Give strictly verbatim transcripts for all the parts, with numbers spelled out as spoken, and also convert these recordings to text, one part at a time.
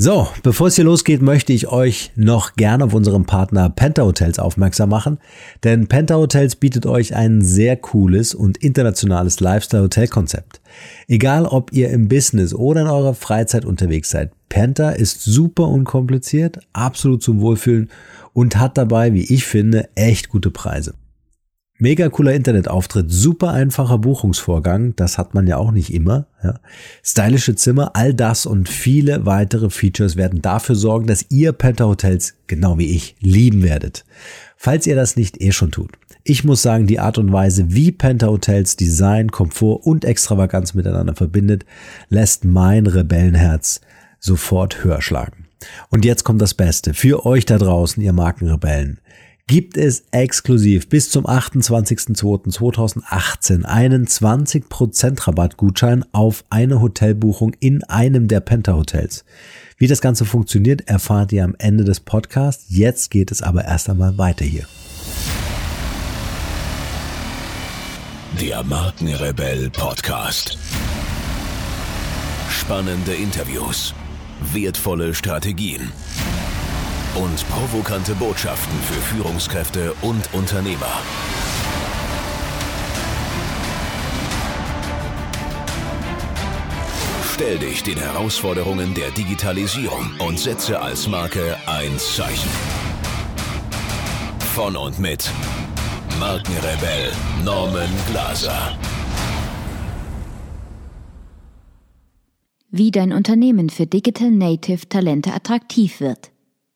So, bevor es hier losgeht, möchte ich euch noch gerne auf unseren Partner Penta Hotels aufmerksam machen, denn Penta Hotels bietet euch ein sehr cooles und internationales Lifestyle-Hotel-Konzept. Egal, ob ihr im Business oder in eurer Freizeit unterwegs seid, Penta ist super unkompliziert, absolut zum Wohlfühlen und hat dabei, wie ich finde, echt gute Preise. Mega cooler Internetauftritt, super einfacher Buchungsvorgang, das hat man ja auch nicht immer. Ja. Stylische Zimmer, all das und viele weitere Features werden dafür sorgen, dass ihr Penta Hotels, genau wie ich, lieben werdet. Falls ihr das nicht eh schon tut. Ich muss sagen, die Art und Weise, wie Penta Hotels Design, Komfort und Extravaganz miteinander verbindet, lässt mein Rebellenherz sofort höher schlagen. Und jetzt kommt das Beste. Für euch da draußen, ihr Markenrebellen, gibt es exklusiv bis zum achtundzwanzigsten zweiten zweitausendachtzehn einen zwanzig Prozent Rabattgutschein auf eine Hotelbuchung in einem der Penta Hotels. Wie das Ganze funktioniert, erfahrt ihr am Ende des Podcasts. Jetzt geht es aber erst einmal weiter hier. Der Markenrebell Podcast. Spannende Interviews, wertvolle Strategien und provokante Botschaften für Führungskräfte und Unternehmer. Stell dich den Herausforderungen der Digitalisierung und setze als Marke ein Zeichen. Von und mit Markenrebell Norman Glaser. Wie dein Unternehmen für Digital Native Talente attraktiv wird.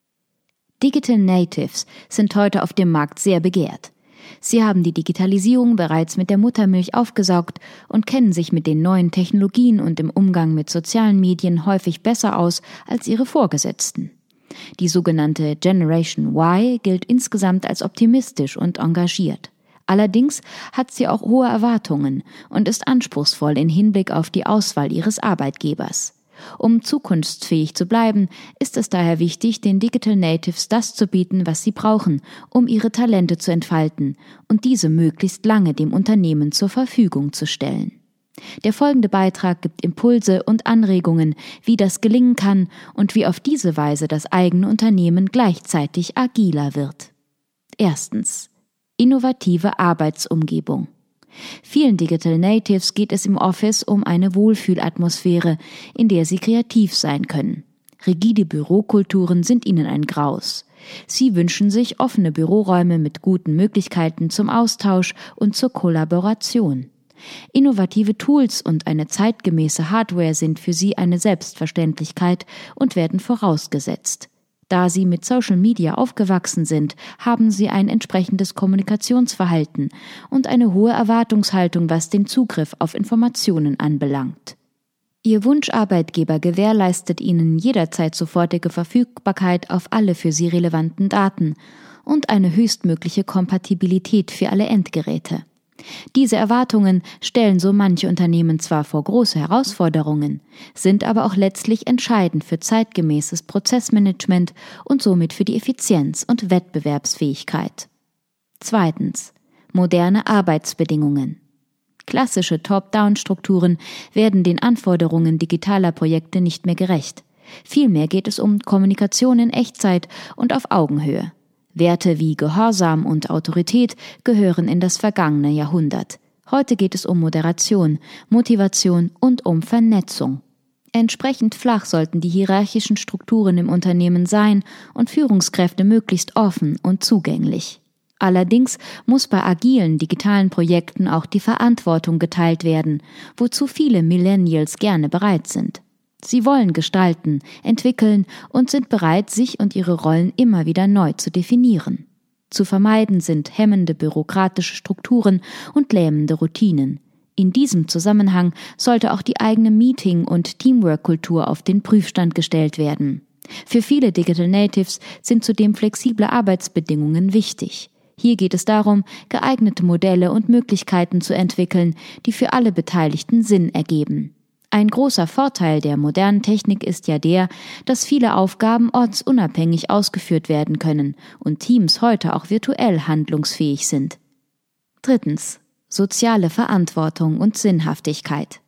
Digital Natives sind heute auf dem Markt sehr begehrt. Sie haben die Digitalisierung bereits mit der Muttermilch aufgesaugt und kennen sich mit den neuen Technologien und im Umgang mit sozialen Medien häufig besser aus als ihre Vorgesetzten. Die sogenannte Generation Y gilt insgesamt als optimistisch und engagiert. Allerdings hat sie auch hohe Erwartungen und ist anspruchsvoll im Hinblick auf die Auswahl ihres Arbeitgebers. Um zukunftsfähig zu bleiben, ist es daher wichtig, den Digital Natives das zu bieten, was sie brauchen, um ihre Talente zu entfalten und diese möglichst lange dem Unternehmen zur Verfügung zu stellen. Der folgende Beitrag gibt Impulse und Anregungen, wie das gelingen kann und wie auf diese Weise das eigene Unternehmen gleichzeitig agiler wird. Erstens. Innovative Arbeitsumgebung. Vielen Digital Natives geht es im Office um eine Wohlfühlatmosphäre, in der sie kreativ sein können. Rigide Bürokulturen sind ihnen ein Graus. Sie wünschen sich offene Büroräume mit guten Möglichkeiten zum Austausch und zur Kollaboration. Innovative Tools und eine zeitgemäße Hardware sind für sie eine Selbstverständlichkeit und werden vorausgesetzt. Da sie mit Social Media aufgewachsen sind, haben sie ein entsprechendes Kommunikationsverhalten und eine hohe Erwartungshaltung, was den Zugriff auf Informationen anbelangt. Ihr Wunscharbeitgeber gewährleistet ihnen jederzeit sofortige Verfügbarkeit auf alle für sie relevanten Daten und eine höchstmögliche Kompatibilität für alle Endgeräte. Diese Erwartungen stellen so manche Unternehmen zwar vor große Herausforderungen, sind aber auch letztlich entscheidend für zeitgemäßes Prozessmanagement und somit für die Effizienz und Wettbewerbsfähigkeit. Zweitens. Moderne Arbeitsbedingungen. Klassische Top-Down-Strukturen werden den Anforderungen digitaler Projekte nicht mehr gerecht. Vielmehr geht es um Kommunikation in Echtzeit und auf Augenhöhe. Werte wie Gehorsam und Autorität gehören in das vergangene Jahrhundert. Heute geht es um Moderation, Motivation und um Vernetzung. Entsprechend flach sollten die hierarchischen Strukturen im Unternehmen sein und Führungskräfte möglichst offen und zugänglich. Allerdings muss bei agilen digitalen Projekten auch die Verantwortung geteilt werden, wozu viele Millennials gerne bereit sind. Sie wollen gestalten, entwickeln und sind bereit, sich und ihre Rollen immer wieder neu zu definieren. Zu vermeiden sind hemmende bürokratische Strukturen und lähmende Routinen. In diesem Zusammenhang sollte auch die eigene Meeting- und Teamwork-Kultur auf den Prüfstand gestellt werden. Für viele Digital Natives sind zudem flexible Arbeitsbedingungen wichtig. Hier geht es darum, geeignete Modelle und Möglichkeiten zu entwickeln, die für alle Beteiligten Sinn ergeben. Ein großer Vorteil der modernen Technik ist ja der, dass viele Aufgaben ortsunabhängig ausgeführt werden können und Teams heute auch virtuell handlungsfähig sind. Drittens. Soziale Verantwortung und Sinnhaftigkeit.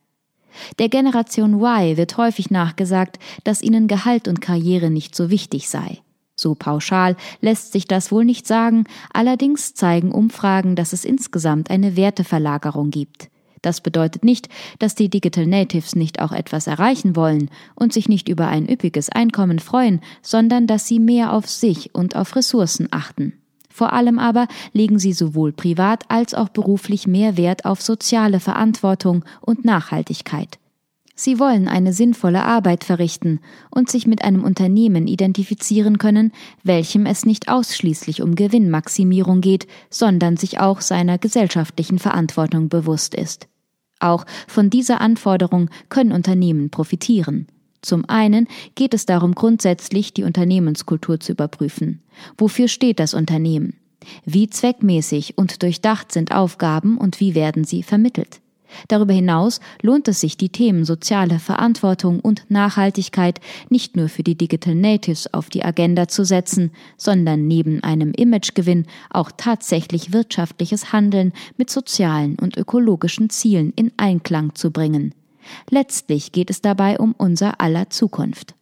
Der Generation Y wird häufig nachgesagt, dass ihnen Gehalt und Karriere nicht so wichtig sei. So pauschal lässt sich das wohl nicht sagen, allerdings zeigen Umfragen, dass es insgesamt eine Werteverlagerung gibt. Das bedeutet nicht, dass die Digital Natives nicht auch etwas erreichen wollen und sich nicht über ein üppiges Einkommen freuen, sondern dass sie mehr auf sich und auf Ressourcen achten. Vor allem aber legen sie sowohl privat als auch beruflich mehr Wert auf soziale Verantwortung und Nachhaltigkeit. Sie wollen eine sinnvolle Arbeit verrichten und sich mit einem Unternehmen identifizieren können, welchem es nicht ausschließlich um Gewinnmaximierung geht, sondern sich auch seiner gesellschaftlichen Verantwortung bewusst ist. Auch von dieser Anforderung können Unternehmen profitieren. Zum einen geht es darum, grundsätzlich die Unternehmenskultur zu überprüfen. Wofür steht das Unternehmen? Wie zweckmäßig und durchdacht sind Aufgaben und wie werden sie vermittelt? Darüber hinaus lohnt es sich, die Themen soziale Verantwortung und Nachhaltigkeit nicht nur für die Digital Natives auf die Agenda zu setzen, sondern neben einem Imagegewinn auch tatsächlich wirtschaftliches Handeln mit sozialen und ökologischen Zielen in Einklang zu bringen. Letztlich geht es dabei um unser aller Zukunft.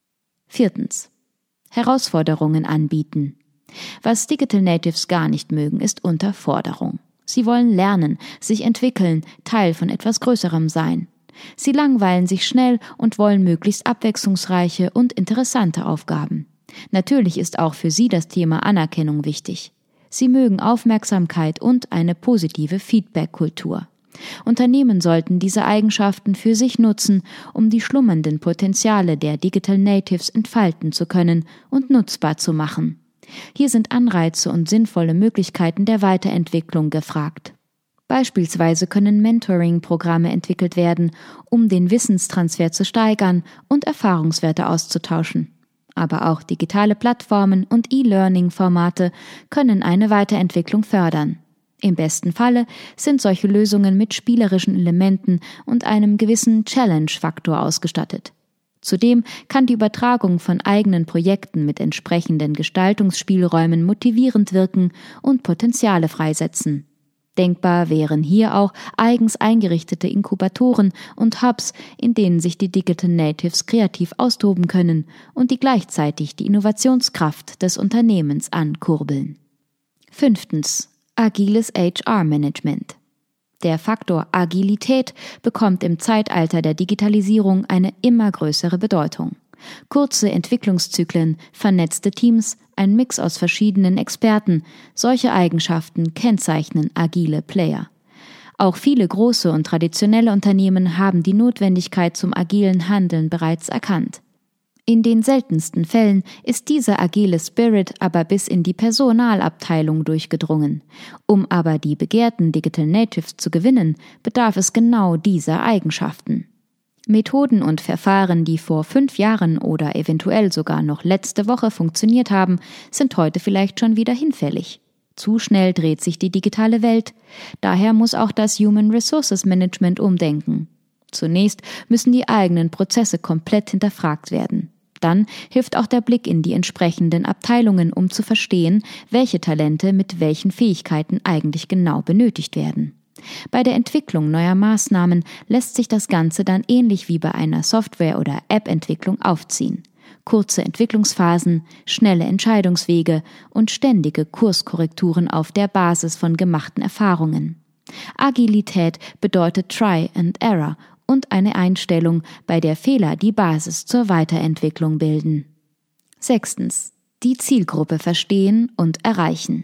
Viertens. Herausforderungen anbieten. Was Digital Natives gar nicht mögen, ist Unterforderung. Sie wollen lernen, sich entwickeln, Teil von etwas Größerem sein. Sie langweilen sich schnell und wollen möglichst abwechslungsreiche und interessante Aufgaben. Natürlich ist auch für sie das Thema Anerkennung wichtig. Sie mögen Aufmerksamkeit und eine positive Feedback-Kultur. Unternehmen sollten diese Eigenschaften für sich nutzen, um die schlummernden Potenziale der Digital Natives entfalten zu können und nutzbar zu machen. Hier sind Anreize und sinnvolle Möglichkeiten der Weiterentwicklung gefragt. Beispielsweise können Mentoring-Programme entwickelt werden, um den Wissenstransfer zu steigern und Erfahrungswerte auszutauschen. Aber auch digitale Plattformen und E-Learning-Formate können eine Weiterentwicklung fördern. Im besten Falle sind solche Lösungen mit spielerischen Elementen und einem gewissen Challenge-Faktor ausgestattet. Zudem kann die Übertragung von eigenen Projekten mit entsprechenden Gestaltungsspielräumen motivierend wirken und Potenziale freisetzen. Denkbar wären hier auch eigens eingerichtete Inkubatoren und Hubs, in denen sich die Digital Natives kreativ austoben können und die gleichzeitig die Innovationskraft des Unternehmens ankurbeln. Fünftens. Agiles H R-Management. Der Faktor Agilität bekommt im Zeitalter der Digitalisierung eine immer größere Bedeutung. Kurze Entwicklungszyklen, vernetzte Teams, ein Mix aus verschiedenen Experten, solche Eigenschaften kennzeichnen agile Player. Auch viele große und traditionelle Unternehmen haben die Notwendigkeit zum agilen Handeln bereits erkannt. In den seltensten Fällen ist dieser agile Spirit aber bis in die Personalabteilung durchgedrungen. Um aber die begehrten Digital Natives zu gewinnen, bedarf es genau dieser Eigenschaften. Methoden und Verfahren, die vor fünf Jahren oder eventuell sogar noch letzte Woche funktioniert haben, sind heute vielleicht schon wieder hinfällig. Zu schnell dreht sich die digitale Welt. Daher muss auch das Human Resources Management umdenken. Zunächst müssen die eigenen Prozesse komplett hinterfragt werden. Dann hilft auch der Blick in die entsprechenden Abteilungen, um zu verstehen, welche Talente mit welchen Fähigkeiten eigentlich genau benötigt werden. Bei der Entwicklung neuer Maßnahmen lässt sich das Ganze dann ähnlich wie bei einer Software- oder App-Entwicklung aufziehen. Kurze Entwicklungsphasen, schnelle Entscheidungswege und ständige Kurskorrekturen auf der Basis von gemachten Erfahrungen. Agilität bedeutet Try and Error und eine Einstellung, bei der Fehler die Basis zur Weiterentwicklung bilden. Sechstens. Die Zielgruppe verstehen und erreichen.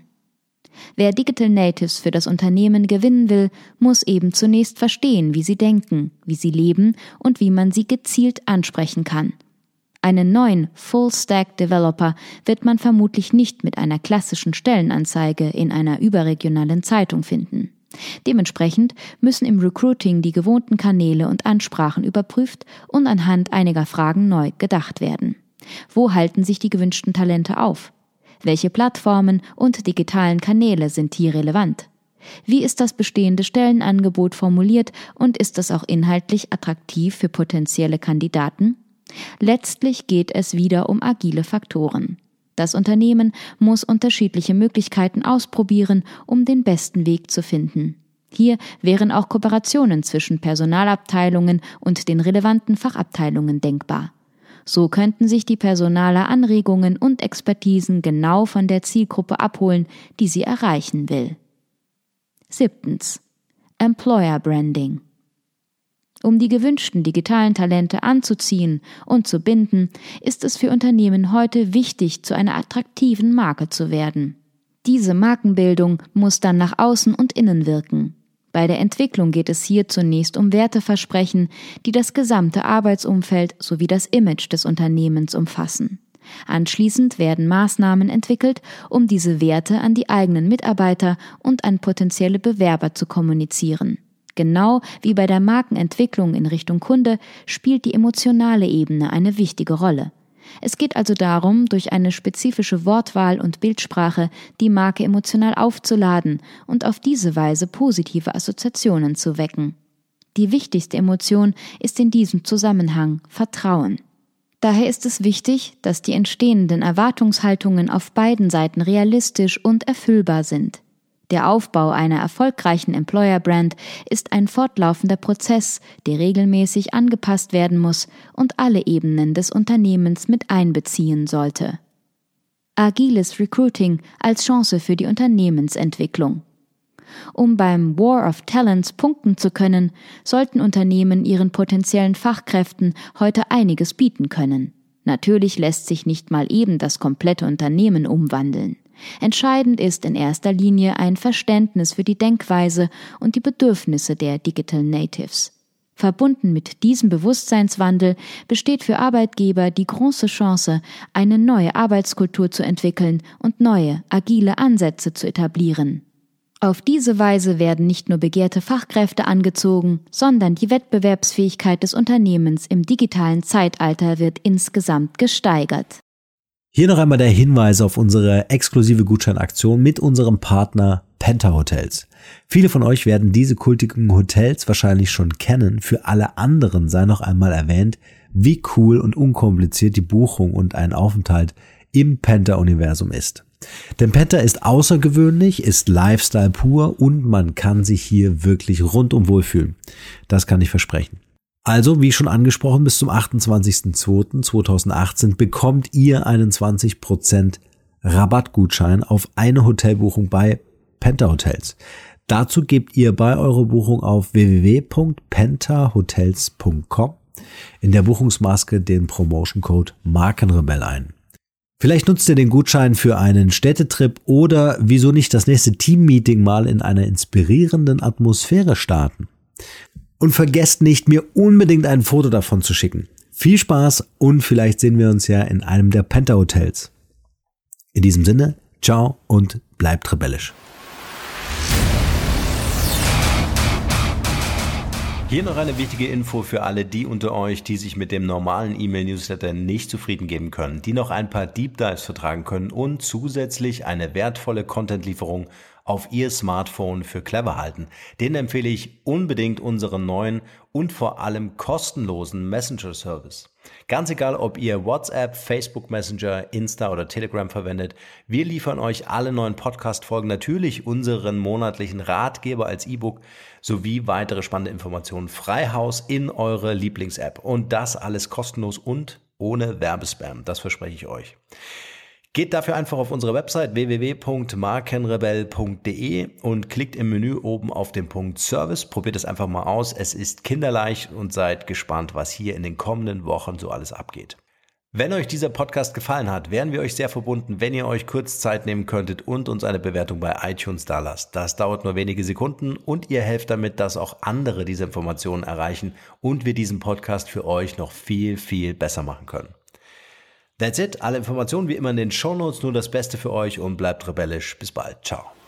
Wer Digital Natives für das Unternehmen gewinnen will, muss eben zunächst verstehen, wie sie denken, wie sie leben und wie man sie gezielt ansprechen kann. Einen neuen Full-Stack-Developer wird man vermutlich nicht mit einer klassischen Stellenanzeige in einer überregionalen Zeitung finden. Dementsprechend müssen im Recruiting die gewohnten Kanäle und Ansprachen überprüft und anhand einiger Fragen neu gedacht werden. Wo halten sich die gewünschten Talente auf? Welche Plattformen und digitalen Kanäle sind hier relevant? Wie ist das bestehende Stellenangebot formuliert und ist es auch inhaltlich attraktiv für potenzielle Kandidaten? Letztlich geht es wieder um agile Faktoren. Das Unternehmen muss unterschiedliche Möglichkeiten ausprobieren, um den besten Weg zu finden. Hier wären auch Kooperationen zwischen Personalabteilungen und den relevanten Fachabteilungen denkbar. So könnten sich die Personaler Anregungen und Expertisen genau von der Zielgruppe abholen, die sie erreichen will. Siebtens. Employer Branding. Um die gewünschten digitalen Talente anzuziehen und zu binden, ist es für Unternehmen heute wichtig, zu einer attraktiven Marke zu werden. Diese Markenbildung muss dann nach außen und innen wirken. Bei der Entwicklung geht es hier zunächst um Werteversprechen, die das gesamte Arbeitsumfeld sowie das Image des Unternehmens umfassen. Anschließend werden Maßnahmen entwickelt, um diese Werte an die eigenen Mitarbeiter und an potenzielle Bewerber zu kommunizieren. Genau wie bei der Markenentwicklung in Richtung Kunde spielt die emotionale Ebene eine wichtige Rolle. Es geht also darum, durch eine spezifische Wortwahl und Bildsprache die Marke emotional aufzuladen und auf diese Weise positive Assoziationen zu wecken. Die wichtigste Emotion ist in diesem Zusammenhang Vertrauen. Daher ist es wichtig, dass die entstehenden Erwartungshaltungen auf beiden Seiten realistisch und erfüllbar sind. Der Aufbau einer erfolgreichen Employer-Brand ist ein fortlaufender Prozess, der regelmäßig angepasst werden muss und alle Ebenen des Unternehmens mit einbeziehen sollte. Agiles Recruiting als Chance für die Unternehmensentwicklung. Um beim War of Talents punkten zu können, sollten Unternehmen ihren potenziellen Fachkräften heute einiges bieten können. Natürlich lässt sich nicht mal eben das komplette Unternehmen umwandeln. Entscheidend ist in erster Linie ein Verständnis für die Denkweise und die Bedürfnisse der Digital Natives. Verbunden mit diesem Bewusstseinswandel besteht für Arbeitgeber die große Chance, eine neue Arbeitskultur zu entwickeln und neue, agile Ansätze zu etablieren. Auf diese Weise werden nicht nur begehrte Fachkräfte angezogen, sondern die Wettbewerbsfähigkeit des Unternehmens im digitalen Zeitalter wird insgesamt gesteigert. Hier noch einmal der Hinweis auf unsere exklusive Gutscheinaktion mit unserem Partner Penta Hotels. Viele von euch werden diese kultigen Hotels wahrscheinlich schon kennen. Für alle anderen sei noch einmal erwähnt, wie cool und unkompliziert die Buchung und ein Aufenthalt im Penta-Universum ist. Denn Penta ist außergewöhnlich, ist Lifestyle pur und man kann sich hier wirklich rundum wohlfühlen. Das kann ich versprechen. Also, wie schon angesprochen, bis zum achtundzwanzigsten zweiten zweitausendachtzehn bekommt ihr einen zwanzig Prozent Rabattgutschein auf eine Hotelbuchung bei Penta Hotels. Dazu gebt ihr bei eurer Buchung auf w w w punkt pentahotels punkt com in der Buchungsmaske den Promotion Code Markenrebell ein. Vielleicht nutzt ihr den Gutschein für einen Städtetrip oder wieso nicht das nächste Teammeeting mal in einer inspirierenden Atmosphäre starten. Und vergesst nicht, mir unbedingt ein Foto davon zu schicken. Viel Spaß und vielleicht sehen wir uns ja in einem der Penta Hotels. In diesem Sinne, ciao und bleibt rebellisch. Hier noch eine wichtige Info für alle die unter euch, die sich mit dem normalen E-Mail-Newsletter nicht zufrieden geben können, die noch ein paar Deep Dives vertragen können und zusätzlich eine wertvolle Content-Lieferung auf ihr Smartphone für clever halten. Denen empfehle ich unbedingt unseren neuen und vor allem kostenlosen Messenger-Service. Ganz egal, ob ihr WhatsApp, Facebook Messenger, Insta oder Telegram verwendet, wir liefern euch alle neuen Podcast-Folgen, natürlich unseren monatlichen Ratgeber als E-Book sowie weitere spannende Informationen frei Haus in eure Lieblings-App. Und das alles kostenlos und ohne Werbespam, das verspreche ich euch. Geht dafür einfach auf unsere Website w w w punkt markenrebell punkt d e und klickt im Menü oben auf den Punkt Service. Probiert es einfach mal aus. Es ist kinderleicht und seid gespannt, was hier in den kommenden Wochen so alles abgeht. Wenn euch dieser Podcast gefallen hat, wären wir euch sehr verbunden, wenn ihr euch kurz Zeit nehmen könntet und uns eine Bewertung bei iTunes dalasst. Das dauert nur wenige Sekunden und ihr helft damit, dass auch andere diese Informationen erreichen und wir diesen Podcast für euch noch viel, viel besser machen können. That's it. Alle Informationen wie immer in den Shownotes. Nur das Beste für euch und bleibt rebellisch. Bis bald. Ciao.